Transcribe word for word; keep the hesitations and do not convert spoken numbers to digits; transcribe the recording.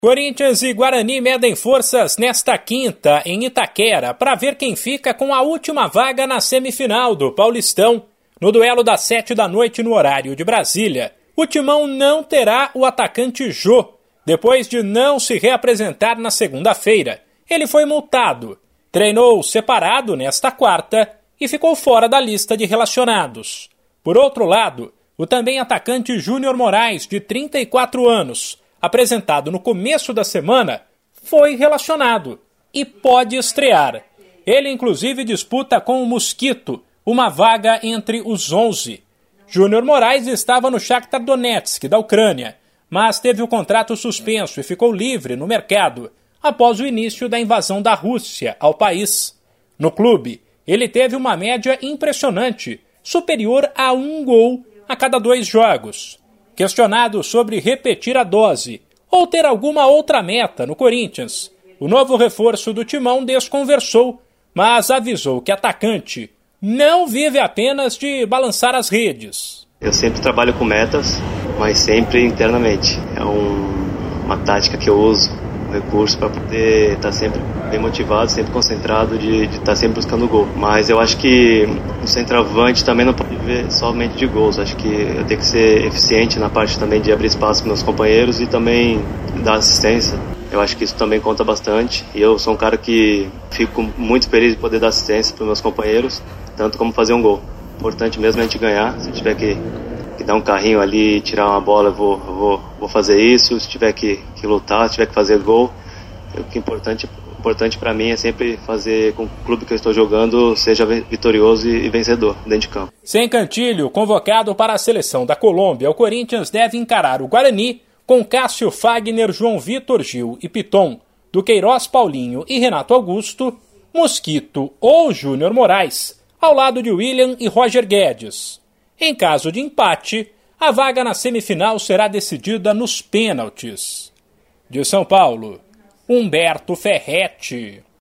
Corinthians e Guarani medem forças nesta quinta, em Itaquera, para ver quem fica com a última vaga na semifinal do Paulistão. No duelo das sete da noite no horário de Brasília, o Timão não terá o atacante Jô. Depois de não se reapresentar na segunda-feira, ele foi multado, treinou separado nesta quarta e ficou fora da lista de relacionados. Por outro lado, o também atacante Júnior Moraes, de trinta e quatro anos, apresentado no começo da semana, foi relacionado e pode estrear. Ele, inclusive, disputa com o Mosquito uma vaga entre os onze. Júnior Moraes estava no Shakhtar Donetsk, da Ucrânia, mas teve o contrato suspenso e ficou livre no mercado após o início da invasão da Rússia ao país. No clube, ele teve uma média impressionante, superior a um gol a cada dois jogos. Questionado sobre repetir a dose ou ter alguma outra meta no Corinthians, o novo reforço do Timão desconversou, mas avisou que atacante não vive apenas de balançar as redes. Eu sempre trabalho com metas, mas sempre internamente. É um, uma tática que eu uso, um recurso para poder estar sempre bem motivado, sempre concentrado, de, de estar sempre buscando gol. Mas eu acho que o centroavante também não pode viver somente de gols. Acho que eu tenho que ser eficiente na parte também de abrir espaço para meus companheiros e também dar assistência. Eu acho que isso também conta bastante. E eu sou um cara que fico muito feliz de poder dar assistência para meus companheiros, tanto como fazer um gol. Importante mesmo é a gente ganhar. Se tiver que, que dar um carrinho ali, tirar uma bola, eu vou, eu vou, vou fazer isso. Se tiver que, que lutar, se tiver que fazer gol, o que é importante, importante para mim é sempre fazer com que o clube que eu estou jogando seja vitorioso e vencedor dentro de campo. Sem Cantilho, convocado para a seleção da Colômbia, o Corinthians deve encarar o Guarani com Cássio Fagner, João Vitor Gil e Piton, Duqueiroz Paulinho e Renato Augusto, Mosquito ou Júnior Moraes, ao lado de William e Roger Guedes. Em caso de empate, a vaga na semifinal será decidida nos pênaltis. De São Paulo, Humberto Ferretti.